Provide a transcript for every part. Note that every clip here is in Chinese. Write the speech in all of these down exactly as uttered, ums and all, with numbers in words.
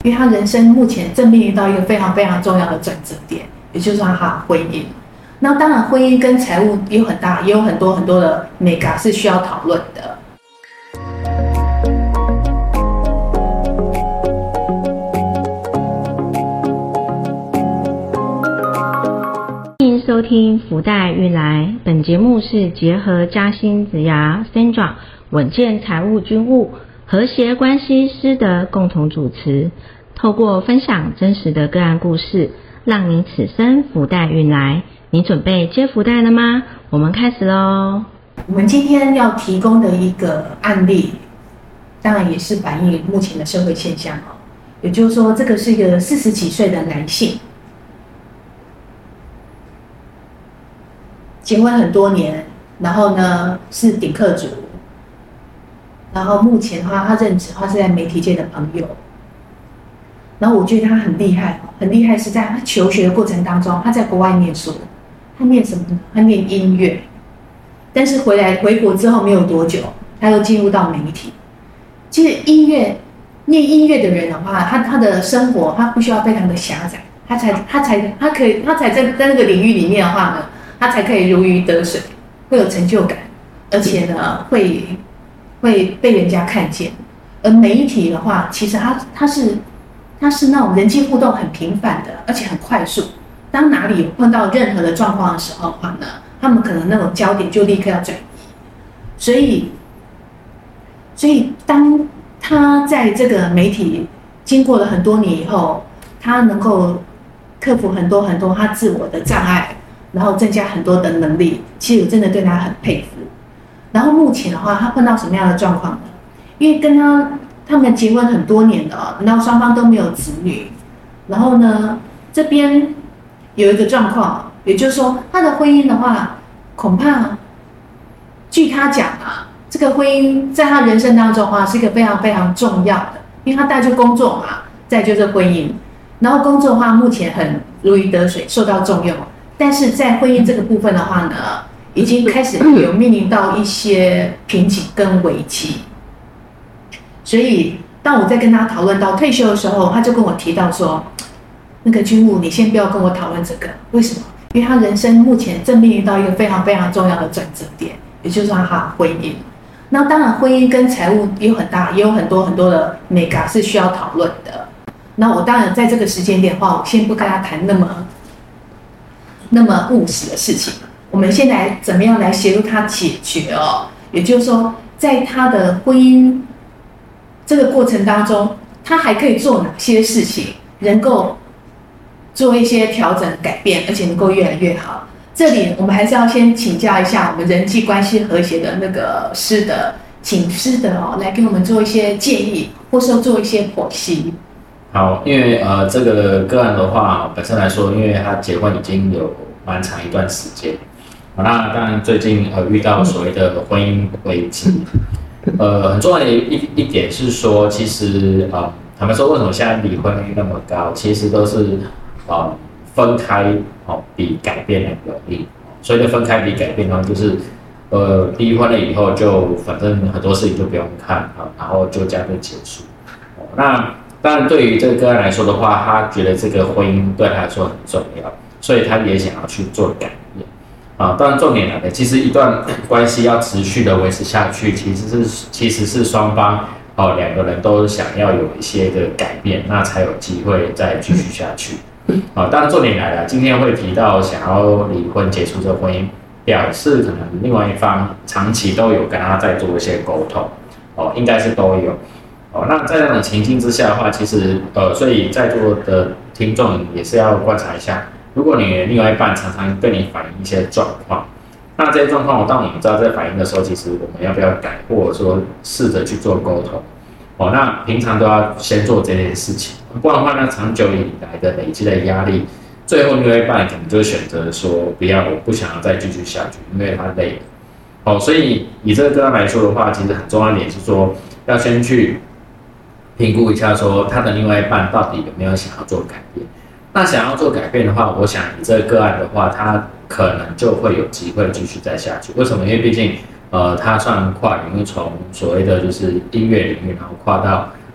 因为他人生目前正面临到一个非常非常重要的转折点，也就是他的婚姻。那当然，婚姻跟财务也有很大，也有很多很多的美感是需要讨论的。 欢迎收听福袋运来，本节目是结合嘉兴职涯 Sandra 稳健财务军务和谐关系师的共同主持，透过分享真实的个案故事，让你此生福袋运来。你准备接福袋了吗？我们开始咯。 我们今天要提供的一个案例，当然也是反映目前的社会现象哦。也就是说，这个是一个四十几岁的男性，结婚很多年，然后呢是顶客族，然后目前的话，他任职他是在媒体界的朋友。然后我觉得他很厉害，很厉害是在他求学的过程当中，他在国外念书，他念什么呢？他念音乐，但是回来回国之后没有多久，他又进入到媒体。其实音乐念音乐的人的话，他他的生活他不需要非常的狭窄，他才他才他可以他才在在那个领域里面的话呢，他才可以如鱼得水，会有成就感，而且呢会会被人家看见。而媒体的话，其实他他是。它是那种人际互动很频繁的，而且很快速。当哪里有碰到任何的状况的时候的话呢，他们可能那种焦点就立刻要转移。所以，所以当他在这个媒体经过了很多年以后，他能够克服很多很多他自我的障碍，然后增加很多的能力。其实我真的对他很佩服。然后目前的话，他碰到什么样的状况呢？因为跟他。他们结婚很多年了，然后双方都没有子女，然后呢，这边有一个状况，也就是说，他的婚姻的话，恐怕据他讲啊，这个婚姻在他人生当中啊是一个非常非常重要的，因为他带就工作嘛，再就是婚姻，然后工作的话目前很如鱼得水，受到重用，但是在婚姻这个部分的话呢，已经开始有面临到一些瓶颈跟危机。所以，当我在跟他讨论到退休的时候，他就跟我提到说：“那个军务，你先不要跟我讨论这个，为什么？因为他人生目前正面临到一个非常非常重要的转折点，也就是他的婚姻。那当然，婚姻跟财务也有很大，也有很多很多的美感是需要讨论的。那我当然在这个时间点的话，我先不跟他谈那么那么务实的事情。我们先来怎么样来协助他解决哦？也就是说，在他的婚姻。”这个过程当中，他还可以做哪些事情，能够做一些调整、改变，而且能够越来越好？这里我们还是要先请教一下我们人际关系和谐的那个师德，请师德哦来给我们做一些建议，或是做一些剖析。 好，因为呃这个个案的话，本身来说，因为他结婚已经有蛮长一段时间，那当然最近呃遇到所谓的婚姻危机。呃，很重要的一一点是说，其实呃，他们说为什么现在离婚率那么高，其实都是呃分开哦比改变的容易。所以的分开比改变呢，就是呃离婚了以后就反正很多事情就不用看啊，然后就这样就结束。哦、那当然对于这个个案来说的话，他觉得这个婚姻对他来说很重要，所以他也想要去做改变。啊，当然重点来了，其实一段关系要持续的维持下去，其实是其实是双方哦两个人都想要有一些的改变，那才有机会再继续下去。啊，当然重点来了，今天会提到想要离婚结束这个婚姻，表示可能另外一方长期都有跟他在做一些沟通，哦，应该是都有。哦，那在这种情境之下的话，其实呃，所以在座的听众也是要观察一下。如果你的另外一半常常对你反映一些状况，那这些状况，当我们知道这反应的时候，其实我们要不要改，或者说试着去做沟通？哦，那平常都要先做这件事情，不然的话，那长久以来的累积的压力，最后另外一半可能就会选择说不要，我不想要再继续下去，因为他累了。哦，所以以这个个案来说的话，其实很重要一点是说，要先去评估一下，说他的另外一半到底有没有想要做改变。那想要做改变的话，我想以这个个案的话，他可能就会有机会继续再下去。为什么？因为毕竟，呃，他算跨领域，从所谓的就是音乐领域，然后跨到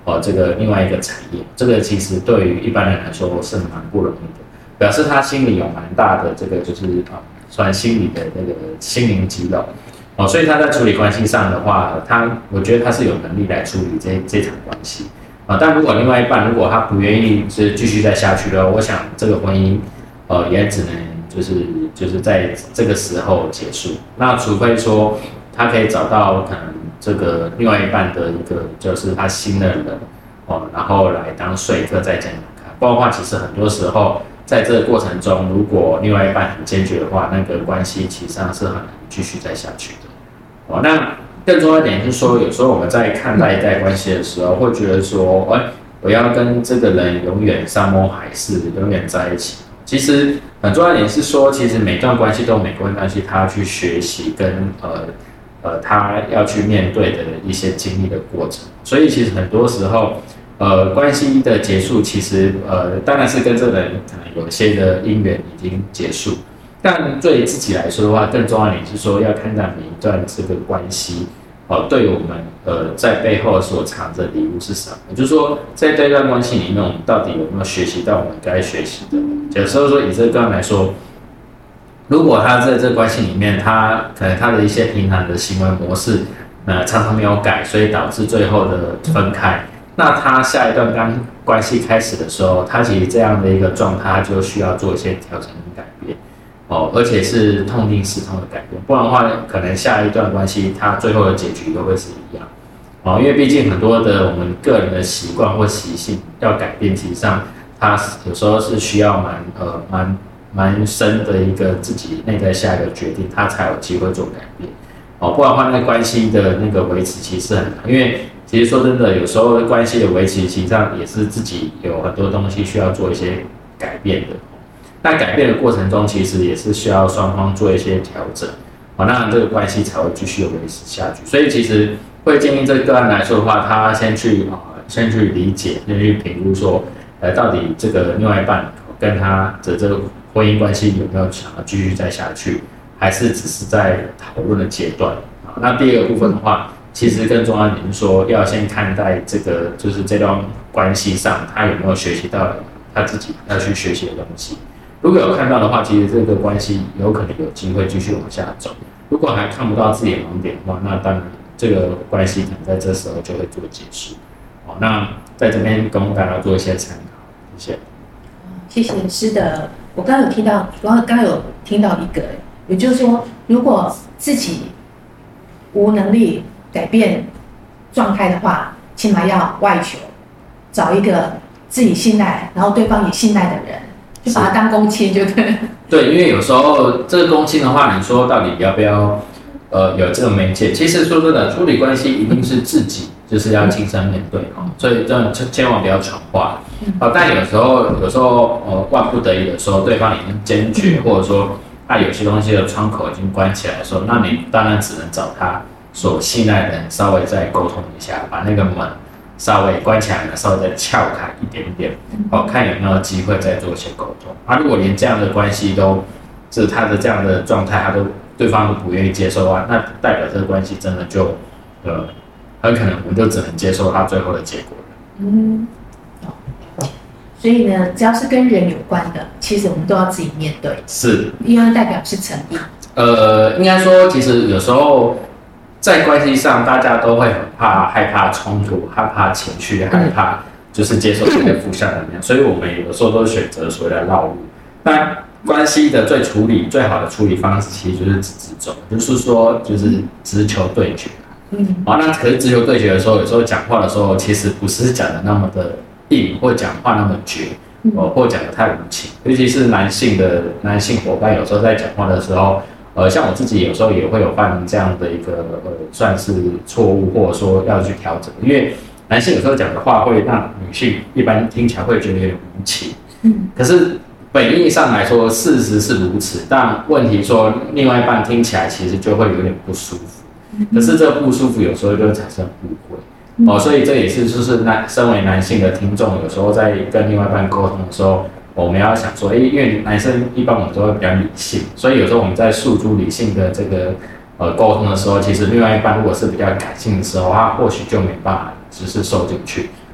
哦这个另外一个产业，这个其实对于一般人来说是蛮不容易的，表示他心里有蛮大的这个就是啊，算心理的那个心灵肌肉。哦，所以他在处理关系上的话，他我觉得他是有能力来处理这这场关系啊。但如果另外一半如果他不愿意是继续再下去的话，我想这个婚姻呃也只能就是就是在这个时候结束。那除非说他可以找到可能这个另外一半的一个就是他新的人哦，然后来当说客再讲讲看。不然的话，其实很多时候在这个过程中，如果另外一半很坚决的话，那个关系其实上是很难继续再下去的。哦，那更重要一点是说，有时候我们在看待一段关系的时候，会觉得说，哎，我要跟这个人永远山盟海誓，永远在一起。其实很重要一点是说，其实每段关系都有每段关系他要去学习跟呃呃他要去面对的一些经历的过程。所以其实很多时候，呃，关系的结束，其实呃当然是跟这个人可能有一些的姻缘已经结束。但对自己来说的话，更重要一点是说，要看到每一段这个关系，哦，对我们呃在背后所藏着礼物是什么？也就是说，在这段关系里面，我们到底有没有学习到我们该学习的？有时候说，以这个个案来说，如果他在这个关系里面，他可能他的一些平常的行为模式，呃，常常没有改，所以导致最后的分开。那他下一段关关系开始的时候，他其实这样的一个状态，他就需要做一些调整跟改变。哦，而且是痛定思痛的改变，不然的话，可能下一段关系它最后的结局都会是一样。哦，因为毕竟很多的我们个人的习惯或习性要改变，其实上它有时候是需要蛮呃蛮蛮深的一个自己内在下一个决定，它才有机会做改变。哦，不然的话，那个关系的那个维持其实很难，因为其实说真的，有时候关系的维持，其实上也是自己有很多东西需要做一些改变的。那改变的过程中，其实也是需要双方做一些调整，好，那这个关系才会继续维持下去。所以其实会建议这个个案来说的话，他先去啊、呃，先去理解，先去评估说，呃，到底这个另外一半跟他的这个婚姻关系有没有想要继续再下去，还是只是在讨论的阶段啊？那第二个部分的话，其实更重要一点是说，要先看待这个就是这段关系上，他有没有学习到他自己要去学习的东西。如果有看到的话，其实这个关系有可能有机会继续往下走。如果还看不到自己的盲点的话，那当然这个关系可能在这时候就会做结束。好，那在这边供大家做一些参考，谢谢。 谢谢师德。我刚刚有听到，我刚刚有听到一个，也就是说，如果自己无能力改变状态的话，起码要外求，找一个自己信赖，然后对方也信赖的人。就把它当公亲就对。 对，因为有时候这个公亲的话，你说到底要不要呃有这个媒介？其实说真的，处理关系一定是自己就是要亲身面对哦，所以这样千万不要传话。哦，但有时候有时候呃万不得已的时候，对方已经坚决，或者说他有些东西的窗口已经关起来的时候，那你当然只能找他所信赖的人稍微再沟通一下，把那个门稍微关起来呢，稍微再撬开一点点，哦，看有没有机会再做一些沟通。啊，如果连这样的关系都是他的这样的状态，他都对方都不愿意接受的话，那代表这个关系真的就呃，很可能我们就只能接受他最后的结果了。 嗯，所以呢，只要是跟人有关的，其实我们都要自己面对， 是， 因为代表是诚意。 呃，应该说，其实有时候在关系上，大家都会很怕、害怕冲突，害怕情绪，害怕就是接受这些负向能量，所以我们有时候都选择所谓的绕路。那关系的最处理最好的处理方式，其实就是直直走，就是说就是直球对决。嗯，好，那可是直球对决的时候，有时候讲话的时候，其实不是讲的那么的硬，或讲话那么绝，哦，或讲的太无情。尤其是男性的男性伙伴，有时候在讲话的时候，呃，像我自己有时候也会有犯这样的一个呃，算是错误，或者说要去调整，因为男性有时候讲的话会让女性一般听起来会觉得有点无情。嗯，可是本意上来说，事实是如此，但问题说另外一半听起来其实就会有点不舒服。可是这个不舒服有时候就会产生误会哦，所以这也是就是男身为男性的听众，有时候在跟另外一半沟通的时候，我们要想说，哎，因为男生一般我们都会比较理性，所以有时候我们在诉诸理性的这个呃沟通的时候，其实另外一半如果是比较感性的时候，他或许就没办法只是受进去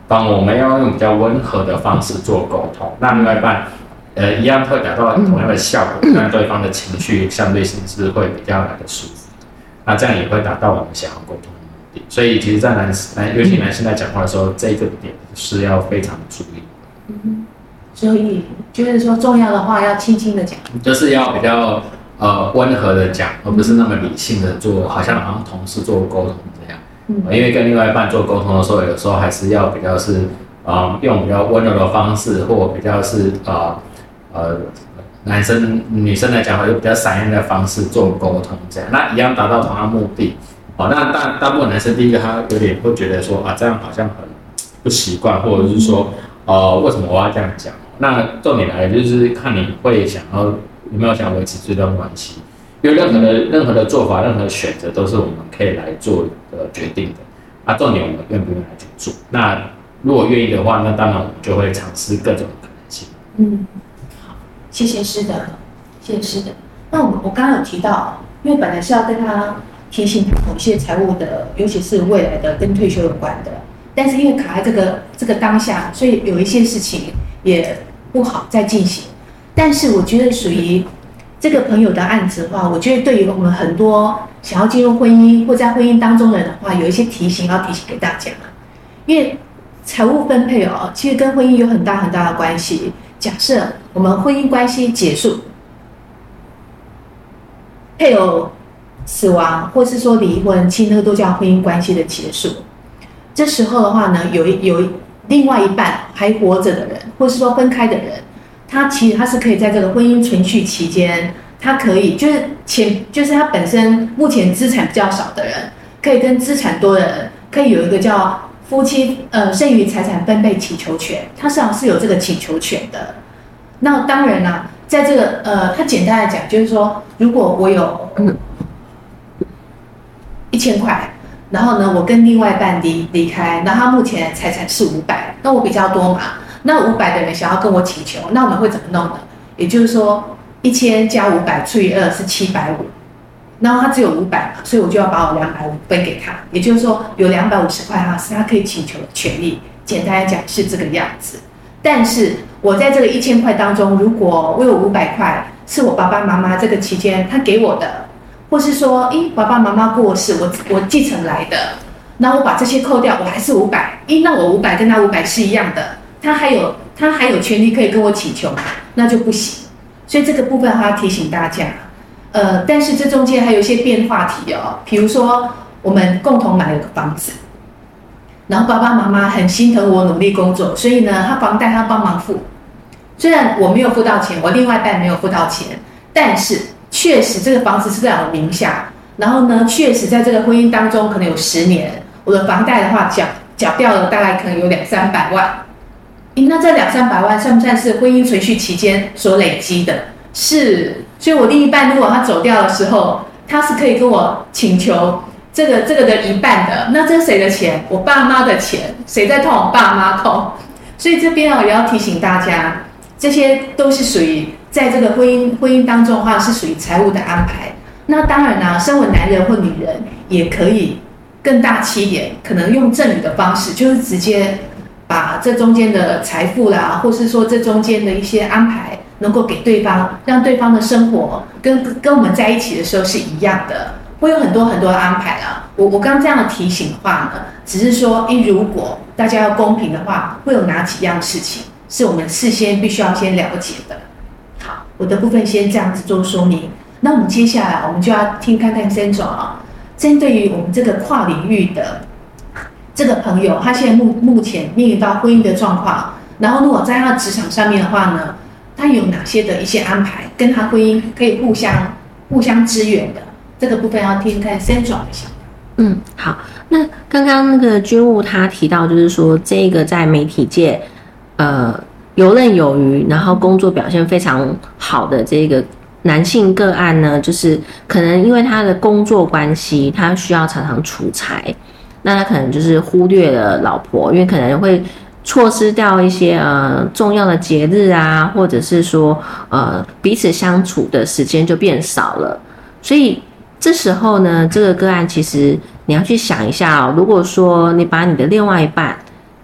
帮我们要用比较温和的方式做沟通，那另外一半呃一样会达到同样的效果，让对方的情绪相对性是会比较来的舒服，那这样也会达到我们想要沟通的目的。所以其实，在男男尤其男性在讲话的时候，这个点是要非常注意。 嗯，所以就是说重要的话要轻轻的讲， 就是要比较呃温和的讲，而不是那么理性的做，好像好像同事做沟通这样。嗯，因为跟另外一半做沟通的时候，有时候还是要比较是呃用比较温柔的方式，或比较是呃呃男生女生来讲，就比较散漫的方式做沟通这样，那一样达到同样目的。哦，那大大部分男生第一个他有点会觉得说啊，这样好像很不习惯，或者是说呃为什么我要这样讲？那重点来了，就是看你会想要有没有想维持这段关系，因为任何的任何的做法、任何的选择都是我们可以来做的决定的。啊，重点我们愿不愿意来去做？那如果愿意的话，那当然我们就会尝试各种可能性。 嗯，好，谢谢师德，谢谢师德。那我我刚刚有提到，因为本来是要跟他提醒某些财务的，尤其是未来的跟退休有关的，但是因为卡在这个这个当下，所以有一些事情也不好再进行。但是我觉得属于这个朋友的案子的话，我觉得对于我们很多想要进入婚姻或在婚姻当中的人的话，有一些提醒要提醒给大家。因为财务分配哦，其实跟婚姻有很大很大的关系。假设我们婚姻关系结束，配偶死亡，或是说离婚，其实那个都叫婚姻关系的结束。这时候的话呢，有有另外一半还活着的人，或是说分开的人，他其实他是可以在这个婚姻存续期间，他可以就是前就是他本身目前资产比较少的人，可以跟资产多的人，可以有一个叫夫妻呃剩余财产分配请求权，他实际上是有这个请求权的。那当然啦、啊，在这个呃，他简单来讲就是说，如果我有一千块。然后呢，我跟另外一半离离开，那他目前财产是五百，那我比较多嘛，那五百的人想要跟我请求，那我们会怎么弄呢？也就是说，一千加五百除以二是七百五，然后他只有五百嘛，所以我就要把我两百五分给他，也就是说有两百五十块哈是他可以请求的权利。简单来讲是这个样子。但是我在这个一千块当中，如果我有五百块是我爸爸妈妈这个期间他给我的。或是说，咦，爸爸妈妈过世，我我继承来的，那我把这些扣掉，我还是五百，咦，那我五百跟他五百是一样的，他还有他还有权利可以跟我请求，那就不行。所以这个部分他要提醒大家，呃，但是这中间还有一些变化题哦，比如说我们共同买了个房子，然后爸爸妈妈很心疼我努力工作，所以呢，他房贷他帮忙付，虽然我没有付到钱，我另外一半没有付到钱，但是。确实，这个房子是在我名下，然后呢，确实在这个婚姻当中可能有十年，我的房贷的话缴缴掉了大概可能有两三百万，那这两三百万算不算是婚姻存续期间所累积的？是，所以我另一半如果他走掉的时候，他是可以跟我请求这个这个的一半的，那这是谁的钱？我爸妈的钱，谁在痛？我爸妈痛，所以这边啊也要提醒大家，这些都是属于。在这个婚姻婚姻当中的话，是属于财务的安排。那当然啦、啊，身为男人或女人也可以更大气一点，可能用赠与的方式，就是直接把这中间的财富啦，或是说这中间的一些安排，能够给对方，让对方的生活跟跟我们在一起的时候是一样的，会有很多很多的安排啦。我我刚刚这样的提醒的话呢，只是说，诶，如果大家要公平的话，会有哪几样事情是我们事先必须要先了解的。好，我的部分先这样子做说明。那我们接下来我们就要听看看 Sandra 啊，针对于我们这个跨领域的这个朋友，他现在目目前面临到婚姻的状况，然后如果在他的职场上面的话呢，他有哪些的一些安排，跟他婚姻可以互相互相支援的，这个部分要听看 Sandra 的想法。 嗯，好。那刚刚那个军务他提到，就是说这个在媒体界，呃。游刃有余，然后工作表现非常好的这个男性个案呢，就是可能因为他的工作关系，他需要常常出差，那他可能就是忽略了老婆，因为可能会错失掉一些呃重要的节日啊，或者是说呃彼此相处的时间就变少了，所以这时候呢，这个个案其实你要去想一下哦，如果说你把你的另外一半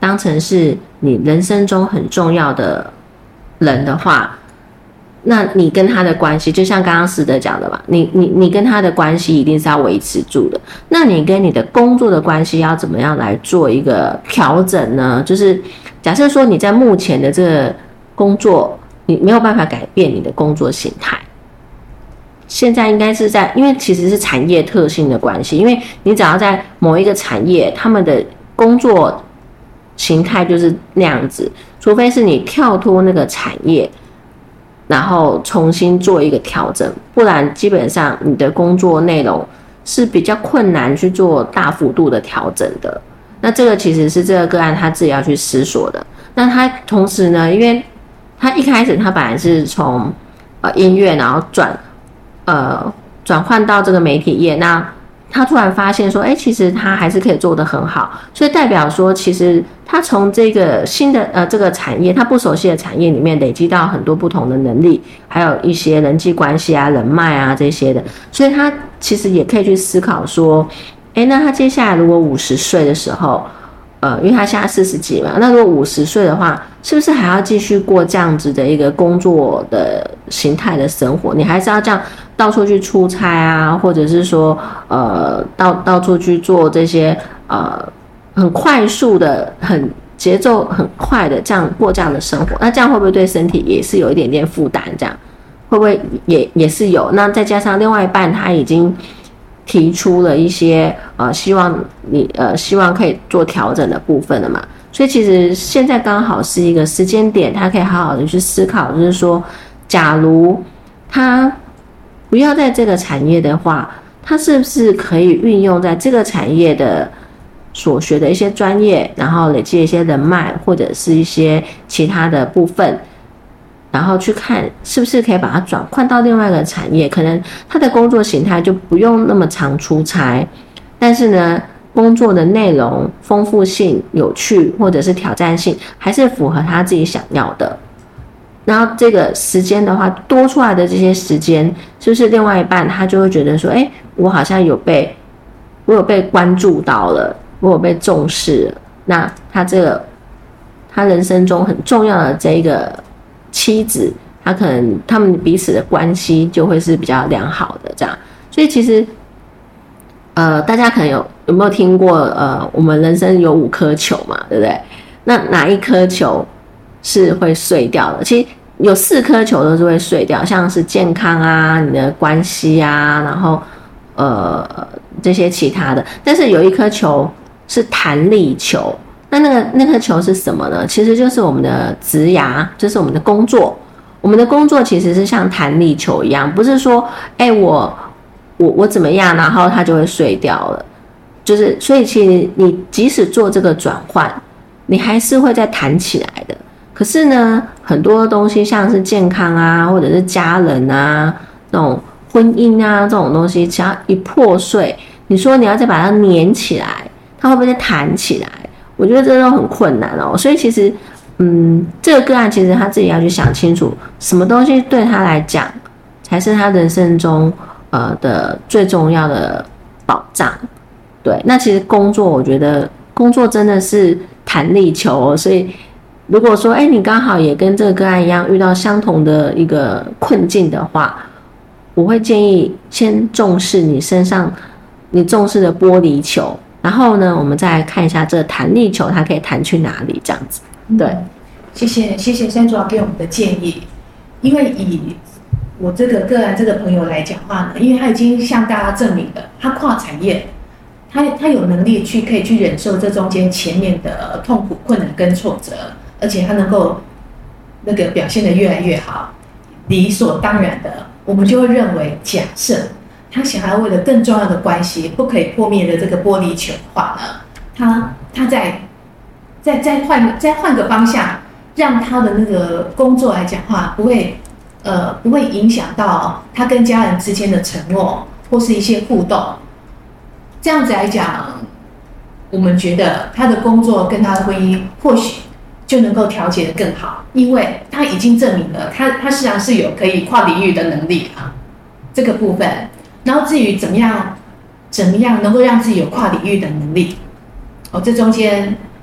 当成是你人生中很重要的人的话，那你跟他的关系，就像刚刚思德讲的嘛，你你你跟他的关系一定是要维持住的。那你跟你的工作的关系要怎么样来做一个调整呢？就是假设说你在目前的这个工作，你没有办法改变你的工作形态。现在应该是在，因为其实是产业特性的关系，因为你只要在某一个产业，他们的工作形态就是那样子，除非是你跳脱那个产业，然后重新做一个调整，不然基本上你的工作内容是比较困难去做大幅度的调整的。那这个其实是这个个案他自己要去思索的。那他同时呢，因为他一开始他本来是从呃音乐，然后转呃转换到这个媒体业，那他突然发现说，哎，其实他还是可以做得很好，所以代表说，其实他从这个新的呃这个产业，他不熟悉的产业里面累积到很多不同的能力，还有一些人际关系啊、人脉啊这些的，所以他其实也可以去思考说，哎，那他接下来如果五十岁的时候，呃，因为他现在四十几嘛，那如果五十岁的话，是不是还要继续过这样子的一个工作的形态的生活？你还是要这样到处去出差啊，或者是说，呃，到到处去做这些呃很快速的、很节奏很快的这样过这样的生活？那这样会不会对身体也是有一点点负担？这样会不会也也是有？那再加上另外一半他已经提出了一些呃，希望你呃，希望可以做调整的部分了嘛。所以其实现在刚好是一个时间点，他可以好好的去思考，就是说，假如他不要在这个产业的话，他是不是可以运用在这个产业的所学的一些专业，然后累积一些人脉，或者是一些其他的部分，然后去看是不是可以把它转换到另外一个产业，可能他的工作形态就不用那么常出差，但是呢，工作的内容丰富性、有趣或者是挑战性，还是符合他自己想要的。然后这个时间的话，多出来的这些时间，是不是另外一半他就会觉得说，哎，我好像有被，我有被关注到了，我有被重视了，那他这个他人生中很重要的这个妻子，他可能他们彼此的关系就会是比较良好的这样。所以其实呃大家可能有有没有听过呃我们人生有五颗球嘛，对不对？那哪一颗球是会碎掉的？其实有四颗球都是会碎掉，像是健康啊、你的关系啊，然后呃这些其他的，但是有一颗球是弹力球。那那个那颗球是什么呢？其实就是我们的职涯，就是我们的工作。我们的工作其实是像弹力球一样，不是说，哎、欸，我我我怎么样，然后它就会碎掉了。就是，所以其实你即使做这个转换，你还是会再弹起来的。可是呢，很多东西像是健康啊，或者是家人啊，这种婚姻啊这种东西，只要一破碎，你说你要再把它粘起来，它会不会再弹起来？我觉得这都很困难哦，所以其实，嗯，这个个案其实他自己要去想清楚，什么东西对他来讲才是他人生中呃的最重要的保障。对，那其实工作，我觉得工作真的是弹力球哦，所以如果说，哎，你刚好也跟这个个案一样遇到相同的一个困境的话，我会建议先重视你身上你重视的玻璃球。然后呢，我们再来看一下这个弹力球，它可以弹去哪里？这样子，对， 嗯、谢谢谢谢山主给我们的建议。因为以我这个个案这个朋友来讲话呢，因为他已经向大家证明了，他跨产业，他他有能力去可以去忍受这中间前面的痛苦、困难跟挫折，而且他能够那个表现得越来越好，理所当然的，我们就会认为，假设他想要为了更重要的关系不可以破灭的这个玻璃球的话呢，他他再再再换再换个方向，让他的那个工作来讲话不会呃不会影响到他跟家人之间的承诺或是一些互动。这样子来讲，我们觉得他的工作跟他的婚姻或许就能够调节得更好，因为他已经证明了他他实际上是有可以跨领域的能力啊，这个部分。然后至于怎么样，怎么样能够让自己有跨领域的能力，哦，这中间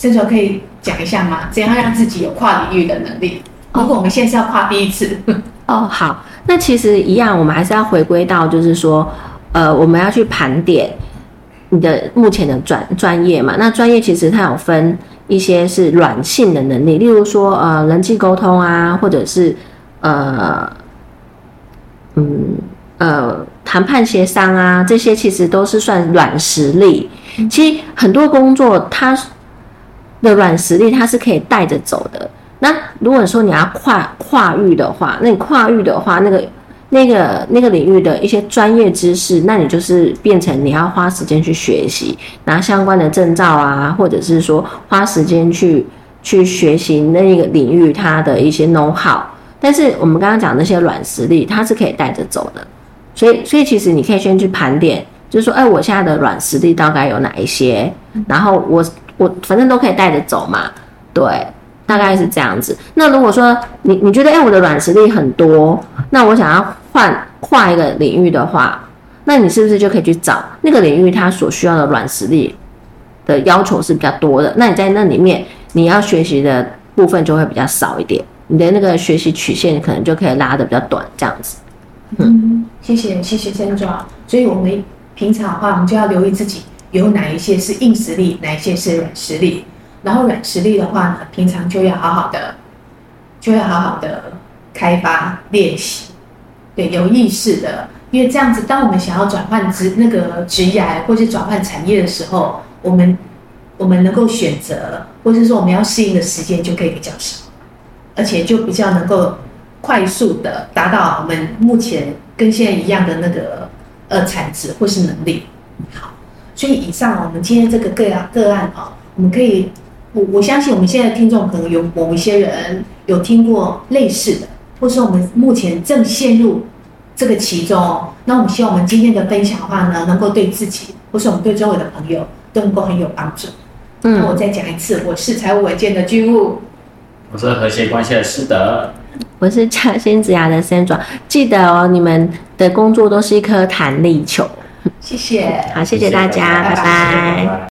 伸手可以讲一下吗？怎样让自己有跨领域的能力？如果我们现在是要跨第一次， 哦，好，那其实一样，我们还是要回归到，就是说，呃，我们要去盘点你的目前的专专业嘛。那专业其实它有分一些是软性的能力，例如说，呃，人际沟通啊，或者是呃，嗯。呃，谈判协商啊，这些其实都是算软实力。其实很多工作它的软实力它是可以带着走的。那如果说你要跨跨域的话，那你跨域的话，那个那个那个领域的一些专业知识，那你就是变成你要花时间去学习，拿相关的证照啊，或者是说花时间去去学习那个领域它的一些 know how。但是我们刚刚讲那些软实力，它是可以带着走的。所以，所以其实你可以先去盘点，就是说，哎，我现在的软实力大概有哪一些？然后我我反正都可以带着走嘛，对，大概是这样子。那如果说你你觉得，哎，我的软实力很多，那我想要换跨一个领域的话，那你是不是就可以去找那个领域它所需要的软实力的要求是比较多的？那你在那里面你要学习的部分就会比较少一点，你的那个学习曲线可能就可以拉得比较短，这样子。 嗯，谢谢谢谢珍庄。所以我们平常的话，我们就要留意自己有哪一些是硬实力，哪一些是软实力。然后软实力的话呢，平常就要好好的，就要好好的开发练习，对，有意识的。因为这样子，当我们想要转换职那个职业或是转换产业的时候，我们我们能够选择，或是说我们要适应的时间就可以比较少，而且就比较能够快速的达到我们目前跟现在一样的那个呃产值或是能力。好，所以以上我们今天这个个案个案啊，我们可以，我我相信我们现在的听众可能有某一些人有听过类似的，或是我们目前正陷入这个其中。那我们希望我们今天的分享的话呢，能够对自己或是我们对周围的朋友都能够很有帮助。嗯，那我再讲一次，我是财务稳健的军务， 我是和谐关系的师德。 我是嘉兴职涯的Sandra，记得哦，你们的工作都是一颗弹力球。 谢谢， 好，谢谢大家，拜拜。